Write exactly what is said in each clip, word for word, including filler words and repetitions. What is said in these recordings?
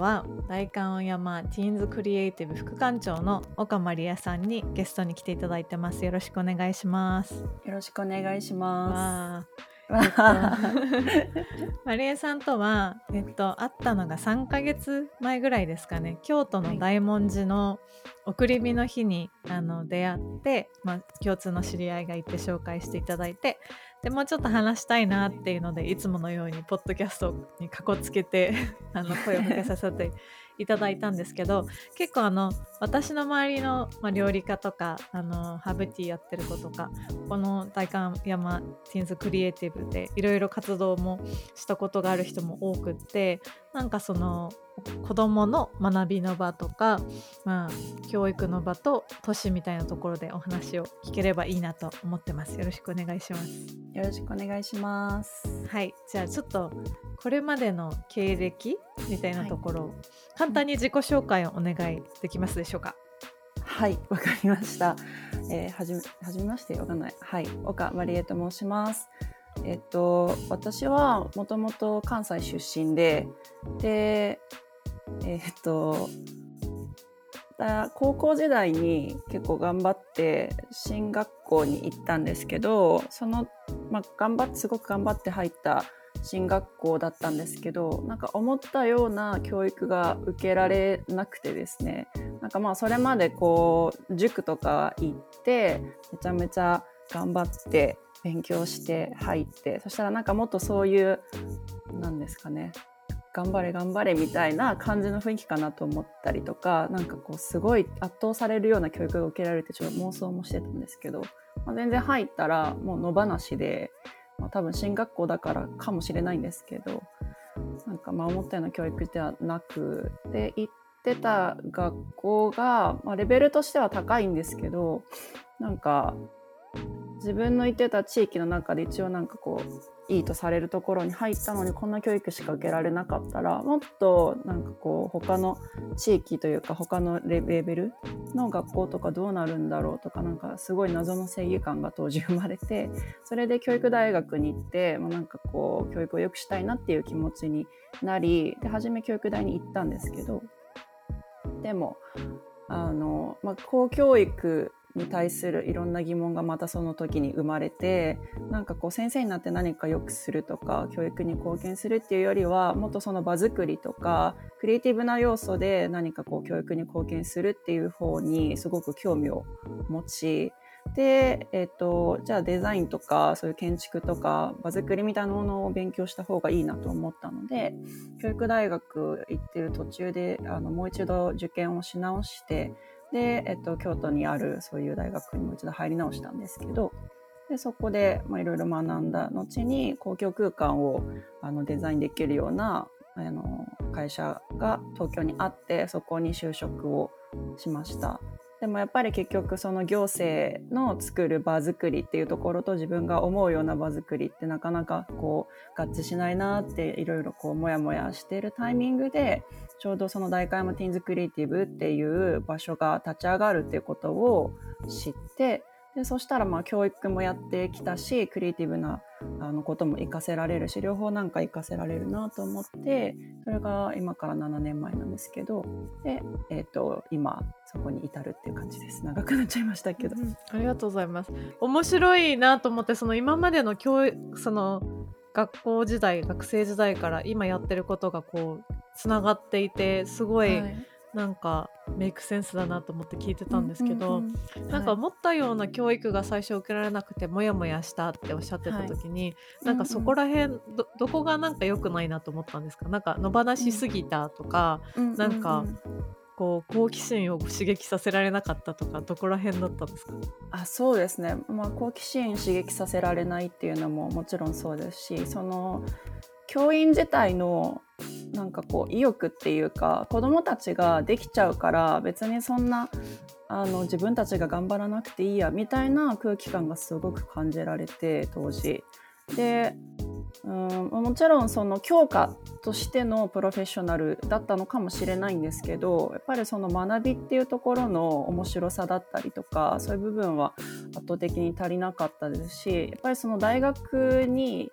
は代官山ティーンズクリエイティブ副館長の岡まりえさんにゲストに来ていただいてます。よろしくお願いします。 よろしくお願いします。 えっと、まりえさんとは、えっと、会ったのがさんかげつまえぐらいですかね。京都の大文字の送り火の日にあの出会って、まあ、共通の知り合いがいて紹介していただいて、でもうちょっと話したいなっていうのでいつものようにポッドキャストにかこつけてあの声をかけさせていただいたんですけど、結構あの私の周りの、まあ、料理家とかあのハーブティーやってる子とか、この代官山ティーンズクリエイティブでいろいろ活動もしたことがある人も多くって、なんかその子どもの学びの場とか、まあ、教育の場と都市みたいなところでお話を聞ければいいなと思ってます。よろしくお願いします。 よろしくお願いします。 はい、じゃあちょっとこれまでの経歴みたいなところを、はい、簡単に自己紹介をお願いできますでしょうか。 はい、わかりました。えー、はじめ、はじめましてわかんない。はい、岡まりえと申します。えっと私はもともと関西出身で、で、えっと高校時代に結構頑張って進学校に行ったんですけど、その、まあ、頑張ってすごく頑張って入った進学校だったんですけど、なんか思ったような教育が受けられなくてですね、なんかまあそれまでこう塾とか行ってめちゃめちゃ頑張って勉強して入って、そしたらなんかもっとそういうなんですかね、頑張れ頑張れみたいな感じの雰囲気かなと思ったりとか、なんかこうすごい圧倒されるような教育が受けられてちょっと妄想もしてたんですけど、まあ、全然入ったらもう野放しで、まあ、多分進学校だからかもしれないんですけど、なんかまあ思ったような教育ではなくで、行ってた学校が、まあ、レベルとしては高いんですけど、なんか自分の行ってた地域の中で一応なんかこういいとされるところに入ったのに、こんな教育しか受けられなかったらもっとなんかこう他の地域というか他のレベルの学校とかどうなるんだろうとか、なんかすごい謎の正義感が当時生まれて、それで教育大学に行って、まあ、なんかこう教育を良くしたいなっていう気持ちになり、で初め教育大に行ったんですけど、でもあの、まあ、公教育に対するいろんな疑問がまたその時に生まれて、なんかこう先生になって何か良くするとか教育に貢献するっていうよりは、もっとその場作りとかクリエイティブな要素で何かこう教育に貢献するっていう方にすごく興味を持ち、で、えっと、じゃあデザインとかそういう建築とか場作りみたいなものを勉強した方がいいなと思ったので、教育大学行ってる途中であのもう一度受験をし直して、で、えっと、京都にあるそういう大学にもう一度入り直したんですけど、でそこでいろいろ学んだ後に公共空間をあのデザインできるようなあの会社が東京にあって、そこに就職をしました。でもやっぱり結局その行政の作る場作りっていうところと自分が思うような場作りってなかなかこう合致しないなっていろいろこうモヤモヤしているタイミングで、ちょうどその代官山ティーンズクリエイティブっていう場所が立ち上がるっていうことを知って、でそしたらまあ教育もやってきたし、クリエイティブなあのことも活かせられるし、両方なんか活かせられるなと思って、それが今からななねんまえなんですけど、で、えーと、今そこに至るっていう感じです。長くなっちゃいましたけど、 うん、ありがとうございます。面白いなと思って、その今までの教育、その学校時代学生時代から今やってることがこうつながっていて、すごい、はい、なんかメイクセンスだなと思って聞いてたんですけど、うんうんうん、なんか思ったような教育が最初受けられなくてモヤモヤしたっておっしゃってた時に、はい、なんかそこら辺 ど, どこがなんか良くないなと思ったんですか？なんか野放しすぎたとか、うん、なんか、うんうんうん、こう好奇心を刺激させられなかったとか、どこら辺だったんですか？ あ、そうですね、まあ、好奇心刺激させられないっていうのももちろんそうですし、その教員自体のなんかこう意欲っていうか、子どもたちができちゃうから別にそんなあの自分たちが頑張らなくていいやみたいな空気感がすごく感じられて、当時で、うん、もちろんその教科としてのプロフェッショナルだったのかもしれないんですけど、やっぱりその学びっていうところの面白さだったりとか、そういう部分は圧倒的に足りなかったですし、やっぱりその大学に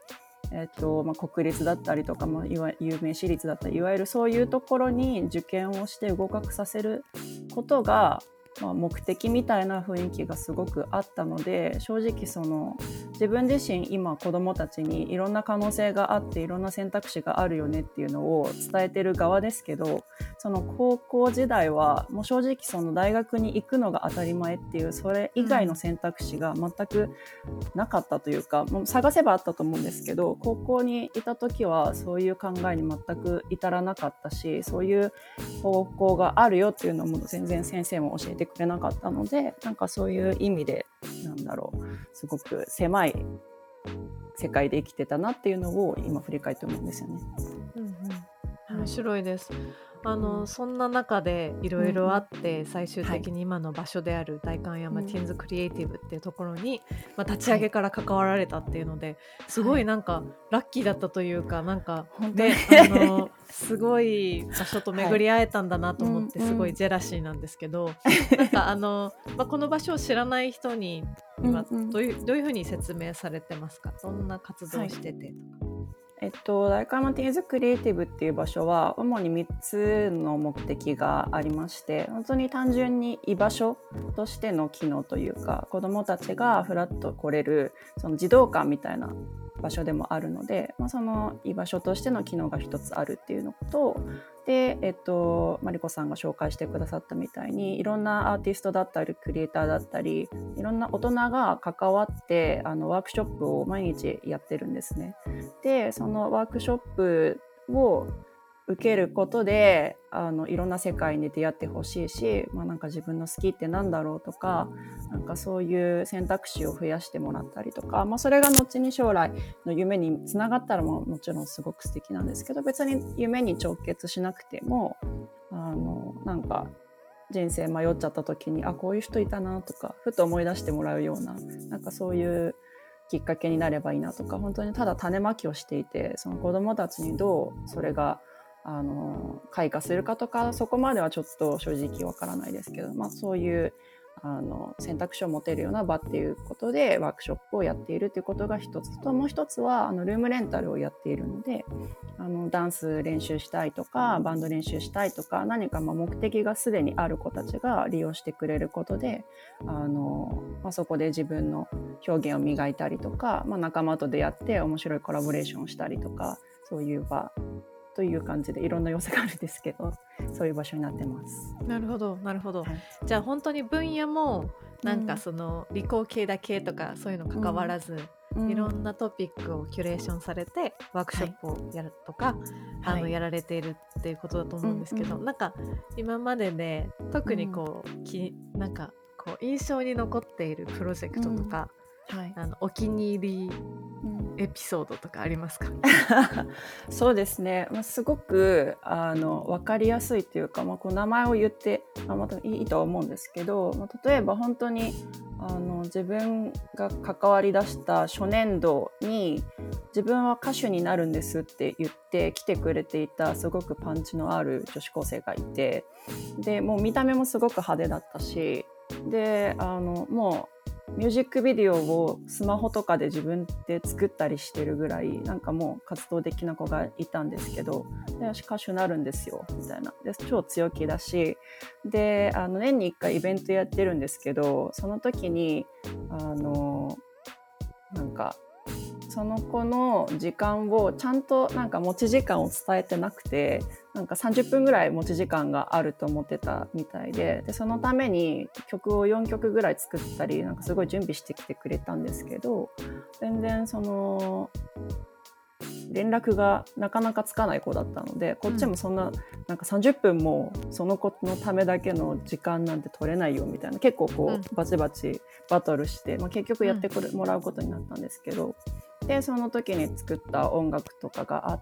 えっとまあ、国立だったりとか、まあ、いわ有名私立だったりいわゆるそういうところに受験をして合格させることが、まあ、目的みたいな雰囲気がすごくあったので、正直その自分自身今子どもたちにいろんな可能性があっていろんな選択肢があるよねっていうのを伝えてる側ですけど、その高校時代はもう正直その大学に行くのが当たり前っていうそれ以外の選択肢が全くなかったというか、もう探せばあったと思うんですけど、高校にいた時はそういう考えに全く至らなかったし、そういう方向があるよっていうのも全然先生も教えてくれなかったので、なんかそういう意味でなんだろう、すごく狭い世界で生きてたなっていうのを今振り返って思うんですよね。 うんうん、面白いです。あの、うん、そんな中でいろいろあって、うん、最終的に今の場所である代官山ティーンズクリエイティブっていうところに、まあ、立ち上げから関わられたっていうので、すごいなんかラッキーだったというか、なんかね、あのすごい場所と巡り会えたんだなと思ってすごいジェラシーなんですけど、はい、なんかあの、まあ、この場所を知らない人に今どういう、どういうふうに説明されてますか？どんな活動をしててとか。 えっと、代官山ティーンズクリエイティブっていう場所は主にみっつの目的がありまして、本当に単純に居場所としての機能というか、子どもたちがフラッと来れるその児童館みたいな場所でもあるので、まあ、その居場所としての機能が一つあるっていうのと、で、えっと、マリコさんが紹介してくださったみたいにいろんなアーティストだったりクリエイターだったりいろんな大人が関わってあのワークショップを毎日やってるんですね。でそのワークショップを受けることであのいろんな世界に出会ってほしいし、まあ、なんか自分の好きってなんだろうとか、なんかそういう選択肢を増やしてもらったりとか、まあ、それが後に将来の夢につながったらももちろんすごく素敵なんですけど、別に夢に直結しなくてもあのなんか人生迷っちゃった時にあこういう人いたなとかふと思い出してもらうような、なんかそういうきっかけになればいいなとか、本当にただ種まきをしていて、その子どもたちにどうそれがあの開花するかとかそこまではちょっと正直わからないですけど、まあ、そういうあの選択肢を持てるような場っていうことでワークショップをやっているということが一つと、もう一つはあのルームレンタルをやっているので、あのダンス練習したいとかバンド練習したいとか何かまあ目的がすでにある子たちが利用してくれることで、あの、まあ、そこで自分の表現を磨いたりとか、まあ、仲間と出会って面白いコラボレーションをしたりとか、そういう場という感じでいろんな要素があるんですけど、そういう場所になってます。 なるほどなるほど、はい、じゃあ本当に分野もなんかその理工系だけとかそういうの関わらず、うん、いろんなトピックをキュレーションされてワークショップをやるとか、はい、あのやられているっていうことだと思うんですけど、はい、なんか今までで特にこう、うん、きなんかこう印象に残っているプロジェクトとか、うん、はい、あのお気に入りエピソードとかありますか？ そうですね、まあ、すごくあの分かりやすいというか、まあ、こう名前を言って、まあ、またいいとは思うんですけど、まあ、例えば本当にあの自分が関わりだした初年度に自分は歌手になるんですって言って来てくれていたすごくパンチのある女子高生がいて、でもう見た目もすごく派手だったし、であのもうミュージックビデオをスマホとかで自分で作ったりしてるぐらいなんかもう活動的な子がいたんですけど、で私歌手になるんですよみたいな、で超強気だし、であの年にいっかいイベントやってるんですけど、その時にあのなんかその子の時間をちゃんとなんか持ち時間を伝えてなくて、なんかさんじゅっぷんぐらい持ち時間があると思ってたみたいで、でそのために曲をよんきょくぐらい作ったりなんかすごい準備してきてくれたんですけど、全然その連絡がなかなかつかない子だったので、こっちもそんな、うん、なんかさんじゅっぷんもその子のためだけの時間なんて取れないよみたいな、結構こう、うん、バチバチバトルして、まあ、結局やってくれ、うん、もらうことになったんですけど、でその時に作った音楽とかがあって、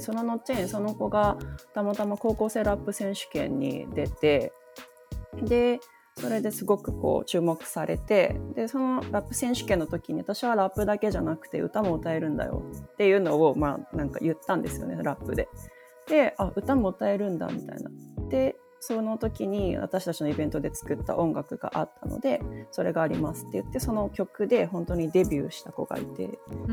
その後にその子がたまたま高校生ラップ選手権に出て、でそれですごくこう注目されて、でそのラップ選手権の時に私はラップだけじゃなくて歌も歌えるんだよっていうのをまあなんか言ったんですよね、ラップで。であ歌も歌えるんだみたいな。でその時に私たちのイベントで作った音楽があったので、それがありますって言って、その曲で本当にデビューした子がいて、 うん、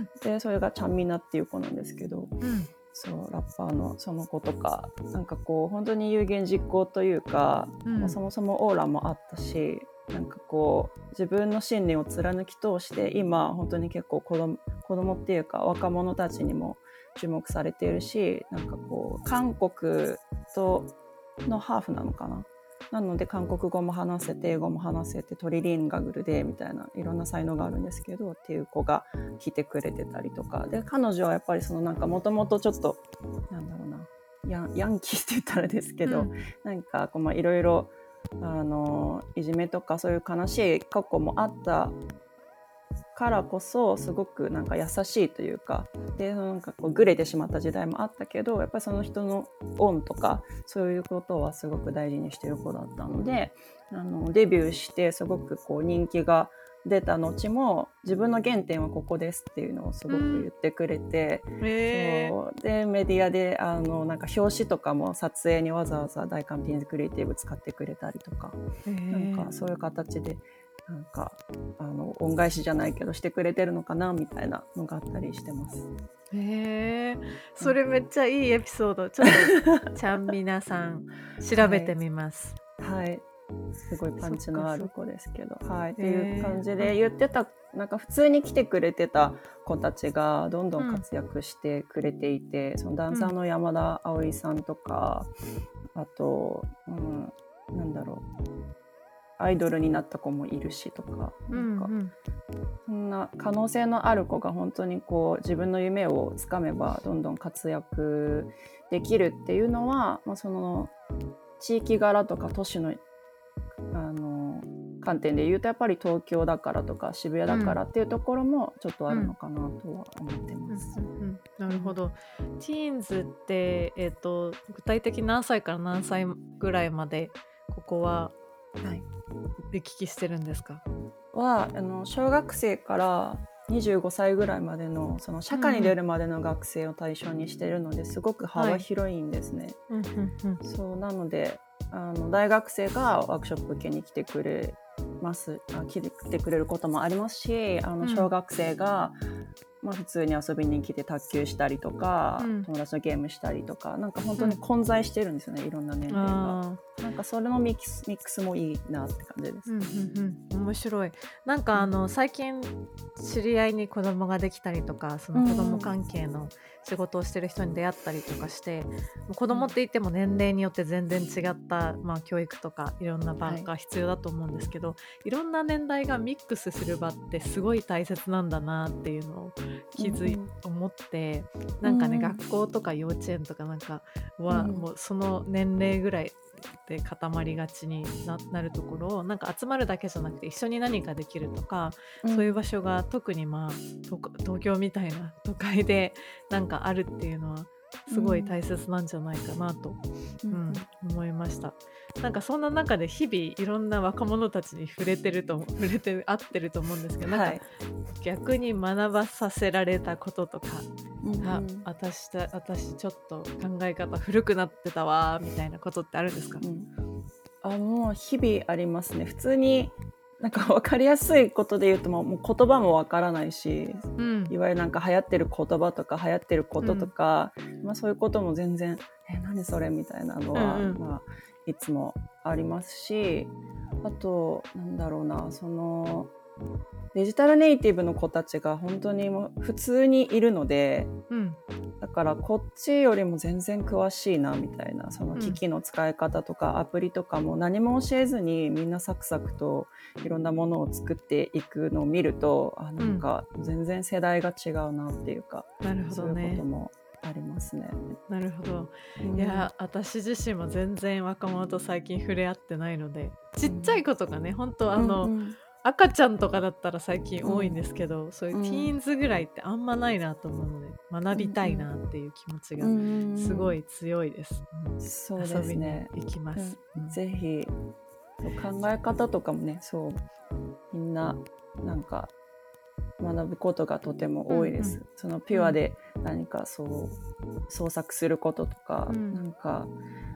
でそれがちゃんみなっていう子なんですけど、 うん、 そうラッパーのその子とか、なんかこう本当に有言実行というか、 うんまあ、そもそもオーラもあったし、なんかこう自分の信念を貫き通して今本当に結構子供、子供っていうか若者たちにも注目されているし、なんかこう韓国とのハーフなのかな、なので韓国語も話せて英語も話せてトリリンガルでみたいないろんな才能があるんですけどっていう子が来てくれてたりとかで、彼女はやっぱりそのなんかもともとちょっとなんだろうな、ヤン、ヤンキーって言ったらあれですけど、 うん、 なんかこうまあいろいろあのいじめとかそういう悲しい過去もあったからこそすごくなんか優しいというか、でなんかこうグレてしまった時代もあったけど、やっぱりその人の恩とかそういうことはすごく大事にしている子だったので、あのデビューしてすごくこう人気が出た後も自分の原点はここですっていうのをすごく言ってくれて、 うん、へー、 そうでメディアであのなんか表紙とかも撮影にわざわざ大韓ティーンズクリエイティブ使ってくれたりとか、なんかそういう形でなんかあの恩返しじゃないけどしてくれてるのかなみたいなのがあったりしてます。 へえ、それめっちゃいいエピソード。ちょっとちゃんみなさん調べてみます。 はい、はい、すごいパンチのある子ですけど、はい、ってへいうー、 感じで言ってた、なんか普通に来てくれてた子たちがどんどん活躍してくれていて、うん、そのダンサーの山田葵さんとか、あと、うん、なんだろう、アイドルになった子もいるしとか、なんか、うんうん、そんな可能性のある子が本当にこう自分の夢をつかめばどんどん活躍できるっていうのは、まあ、その地域柄とか都市の、あの観点で言うとやっぱり東京だからとか渋谷だからっていうところもちょっとあるのかなとは思ってます。 うんうんうん、なるほど。ティーンズって、えーと、具体的に何歳から何歳ぐらいまでここは行き来してるんですか？ はあの小学生からにじゅうごさいぐらいまでの、その社会に出るまでの学生を対象にしているので、すごく幅広いんですね。はい、うんうんうん、そうなのであの大学生がワークショップ受けに来てくれますあ来てくれることもありますし、あの小学生が、うん、まあ、普通に遊びに来て卓球したりとか、うん、友達とゲームしたりとか、なんか本当に混在してるんですよね、うん、いろんな年齢が。なんかそれのミックス、ミックスもいいなって感じです。 うんうんうん、面白い。なんかあの最近知り合いに子供ができたりとか、その子供関係の仕事をしてる人に出会ったりとかして、うん、もう子供って言っても年齢によって全然違った、まあ、教育とかいろんな場が必要だと思うんですけど、はい、いろんな年代がミックスする場ってすごい大切なんだなっていうのを気づい、うん、思って、なんかね、うん、学校とか幼稚園とかなんかは、うん、もうその年齢ぐらいで固まりがちに な, なるところをなんか集まるだけじゃなくて一緒に何かできるとか、うん、そういう場所が特にまあ東京みたいな都会でなんかあるっていうのはすごい大切なんじゃないかなと、うんうん、思いました。なんかそんな中で日々いろんな若者たちに触れてると触れて合ってると思うんですけど、なんか、はい、逆に学ばさせられたこととか、うんうん、あ 私, 私ちょっと考え方古くなってたわみたいなことってあるんですか？うん、 あもう日々ありますね。普通になんか分かりやすいことで言うともう言葉も分からないし、うん、いわゆるなんか流行ってる言葉とか流行ってることとか、うんまあ、そういうことも全然え何それみたいなのは、うんうんまあ、いつもありますし、あとなんだろうな、そのデジタルネイティブの子たちが本当にもう普通にいるので、うん、だからこっちよりも全然詳しいなみたいな、その機器の使い方とかアプリとかも何も教えずにみんなサクサクといろんなものを作っていくのを見ると、あなんか全然世代が違うなっていうか、 うん、なるほどね、 そういうこともありますね。 なるほど、うん、いや私自身も全然若者と最近触れ合ってないので、ちっちゃい子とかね、うん、本当あの、うんうん赤ちゃんとかだったら最近多いんですけど、うん、そういうティーンズぐらいってあんまないなと思うので、学びたいなっていう気持ちがすごい強いです。 うんうん、そうですね。 遊びに行きます。 うん、ぜひ考え方とかもね、そうみんななんか学ぶことがとても多いです。うんうん、そのピュアで何かそう創作することとか、うん、なんかあ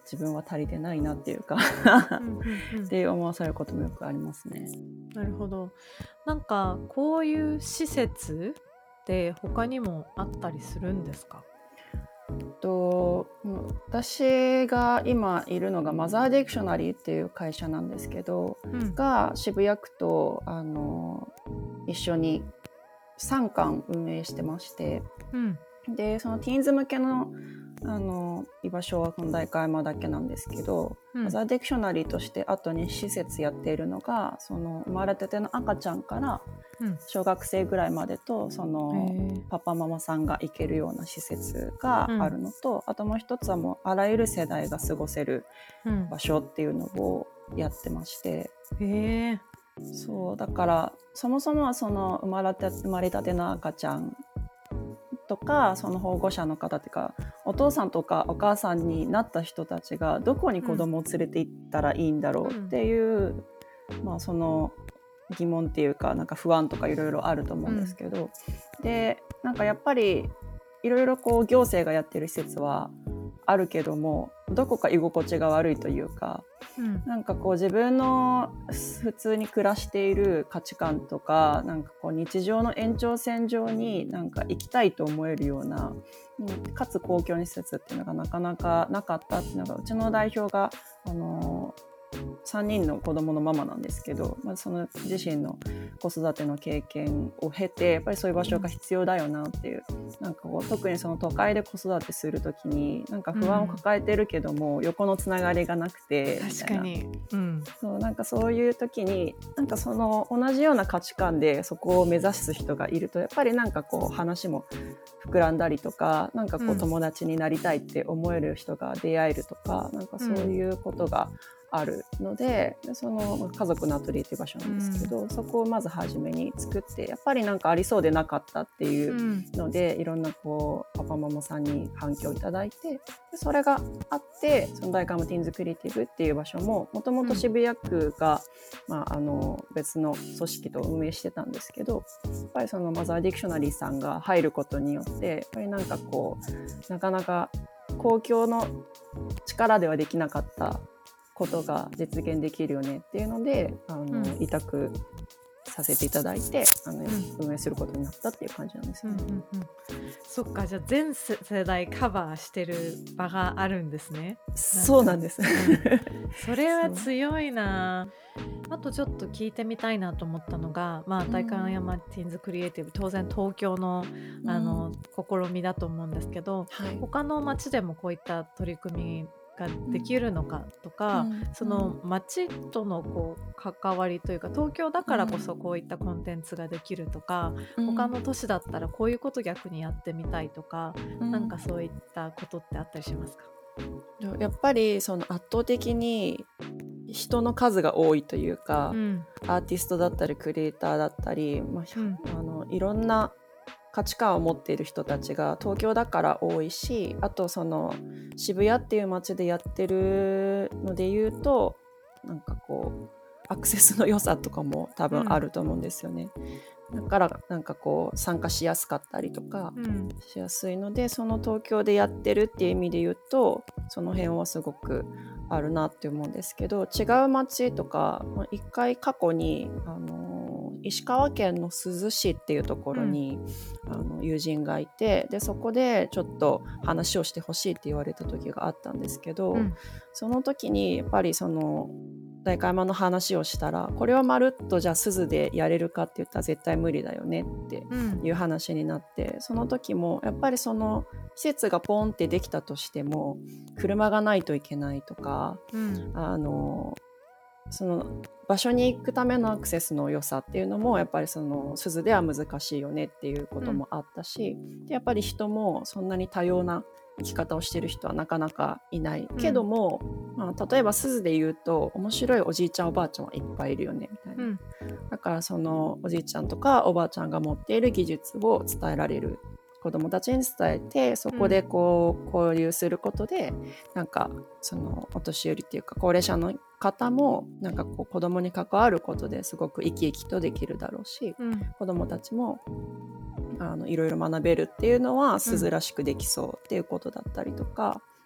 自分は足りてないなっていうかうんうんうんって思わされることもよくありますね。 なるほど。なんかこういう施設って他にもあったりするんですか？ と私が今いるのがマザーディクショナリーっていう会社なんですけど、 うんが渋谷区とあの一緒にさんかん運営してまして、 うんでそのティーンズ向けのあの居場所はこの代官山だけなんですけど、 うんマザーディクショナリーとして後に施設やっているのが、その生まれたての赤ちゃんからうん小学生ぐらいまでとそへのーパパママさんが行けるような施設があるのと、あともう一つはもうあらゆる世代が過ごせるうん場所っていうのをやってまして、 へえそうだからそもそもはその生まれた生まれたての赤ちゃんとかその保護者の方っていうかお父さんとかお母さんになった人たちがどこに子供を連れて行ったらいいんだろうっていう、まあその疑問っていうかなんか不安とかいろいろあると思うんですけど、でなんかやっぱりいろいろこう行政がやってる施設はあるけどもどこか居心地が悪いというか、 うんなんかこう自分の普通に暮らしている価値観とかなんかこう日常の延長線上になんか行きたいと思えるような、うんかつ公共の施設っていうのがなかなかなかったっていうのがうちの代表があのさんにんの子供のママなんですけど、まあ、その自身の子育ての経験を経てやっぱりそういう場所が必要だよなっていう、なんかこう特にその都会で子育てするときになんか不安を抱えてるけども、うん、横のつながりがなくて確かに、うん、 そうなんかそういう時になんかその同じような価値観でそこを目指す人がいるとやっぱりなんかこう話も膨らんだりとかなんかこう友達になりたいって思える人が出会えるとか、なんかそういうことがあるので、でその家族のアトリエという場所なんですけど、うん、そこをまず初めに作ってやっぱりなんかありそうでなかったっていうので、うん、いろんなこうパパママさんに反響いただいて、でそれがあってその大観山ティーンズクリエイティブっていう場所ももともと渋谷区が、うんまあ、あの別の組織と運営してたんですけど、やっぱりそのマザーディクショナリーさんが入ることによってやっぱりなんかこうなかなか公共の力ではできなかったことが実現できるよねっていうのであの、うん、委託させていただいてあの、うん、運営することになったっていう感じなんですよね、うんうんうん、 そっか、じゃあ全世代カバーしてる場があるんですね。 そうなんです、うん、 それは強いな。あとちょっと聞いてみたいなと思ったのが、まあ、大観山ティーンズクリエイティブ当然東京 の, あの、うん、試みだと思うんですけど、はい、他の町でもこういった取り組みができるのかとか、うん、その町とのこう関わりというか東京だからこそこういったコンテンツができるとか、うん、他の都市だったらこういうこと逆にやってみたいとか、うん、なんかそういったことってあったりしますか？ やっぱりその圧倒的に人の数が多いというか、うん、アーティストだったりクリエイターだったり、まあうん、あのいろんな価値観を持っている人たちが東京だから多いし、あとその渋谷っていう街でやってるので言うとなんかこうアクセスの良さとかも多分あると思うんですよね、うん、だからなんかこう参加しやすかったりとかしやすいので、うん、その東京でやってるっていう意味で言うとその辺はすごくあるなって思うんですけど、違う街とか一回過去にあの石川県の珠洲市っていうところに、うん、あの友人がいて、でそこでちょっと話をしてほしいって言われた時があったんですけど、うん、その時にやっぱりその大観山の話をしたら、これはまるっとじゃあ珠洲でやれるかって言ったら絶対無理だよねっていう話になって、うん、その時もやっぱりその施設がポンってできたとしても車がないといけないとか、うん、あのその場所に行くためのアクセスの良さっていうのもやっぱりその珠洲では難しいよねっていうこともあったし、うん、でやっぱり人もそんなに多様な生き方をしてる人はなかなかいないけども、うんまあ、例えば珠洲で言うと面白いおじいちゃんおばあちゃんはいっぱいいるよねみたいな、うん、だからそのおじいちゃんとかおばあちゃんが持っている技術を伝えられる、子どもたちに伝えてそこでこう交流することで、なんかそのお年寄りっていうか高齢者の方もなんかこう子どもに関わることですごく生き生きとできるだろうし、うん、子どもたちもあのいろいろ学べるっていうのは珠洲らしくできそうっていうことだったりとか、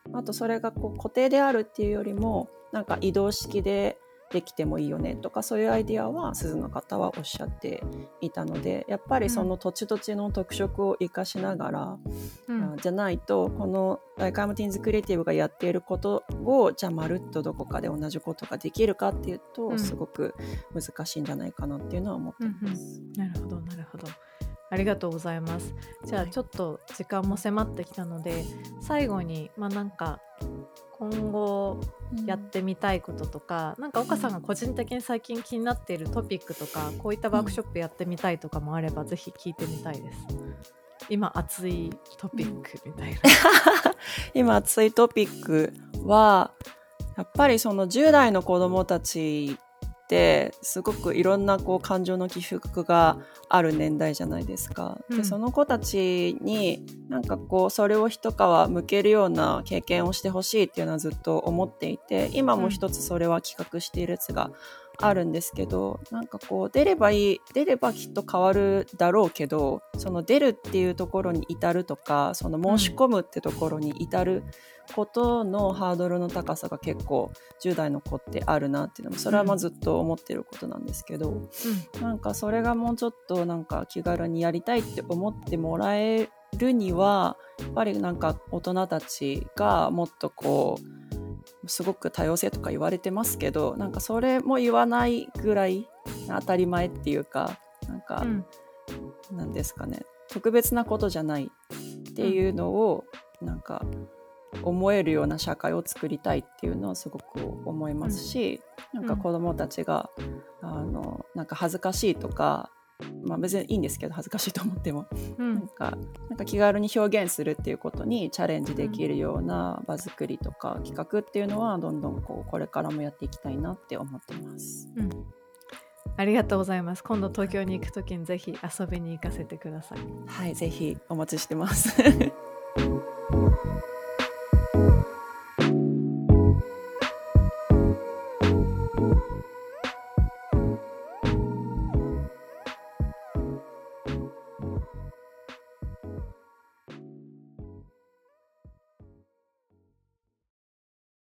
あとそれがこう固定であるっていうよりもなんか移動式でできてもいいよねとか、そういうアイディアは鈴の方はおっしゃっていたので、やっぱりその土地土地の特色を生かしながら、うん、じゃないとこのLike I'm Teens Creativeがやっていることをじゃあまるっとどこかで同じことができるかっていうと、うん、すごく難しいんじゃないかなっていうのは思っています、 うんうん、なるほどなるほど、ありがとうございます。じゃあちょっと時間も迫ってきたので、はい、最後にまあなんか今後やってみたいこととか、うん、なんか岡さんが個人的に最近気になっているトピックとか、こういったワークショップやってみたいとかもあれば、うん、ぜひ聞いてみたいです。今熱いトピックみたいな、うん、 今熱いトピックはやっぱりそのじゅう代の子どもたちってすごくいろんなこう感情の起伏がある年代じゃないですか、うん、でその子たちになんかこうそれを一皮向けるような経験をしてほしいっていうのはずっと思っていて、今も一つそれは企画しているやつがあるんですけど、なんかこう出ればいい出ればきっと変わるだろうけど、その出るっていうところに至るとか、その申し込むってところに至ることのハードルの高さが結構じゅう代の子ってあるなっていうのも、それはまあずっと思ってることなんですけど、うん、なんかそれがもうちょっとなんか気軽にやりたいって思ってもらえるには、やっぱりなんか大人たちがもっとこうすごく多様性とか言われてますけど、なんかそれも言わないぐらい当たり前っていうか、なんか、うん、なんですかね、特別なことじゃないっていうのをなんか思えるような社会を作りたいっていうのはすごく思いますし、うん、なんか子どもたちが、うん、あのなんか恥ずかしいとか、まあ、別にいいんですけど恥ずかしいと思っても、うん、なんか、なんか気軽に表現するっていうことにチャレンジできるような場作りとか企画っていうのはどんどんこうこれからもやっていきたいなって思ってます、 うん、ありがとうございます。今度東京に行くときにぜひ遊びに行かせてください。 はい、ぜひお待ちしてます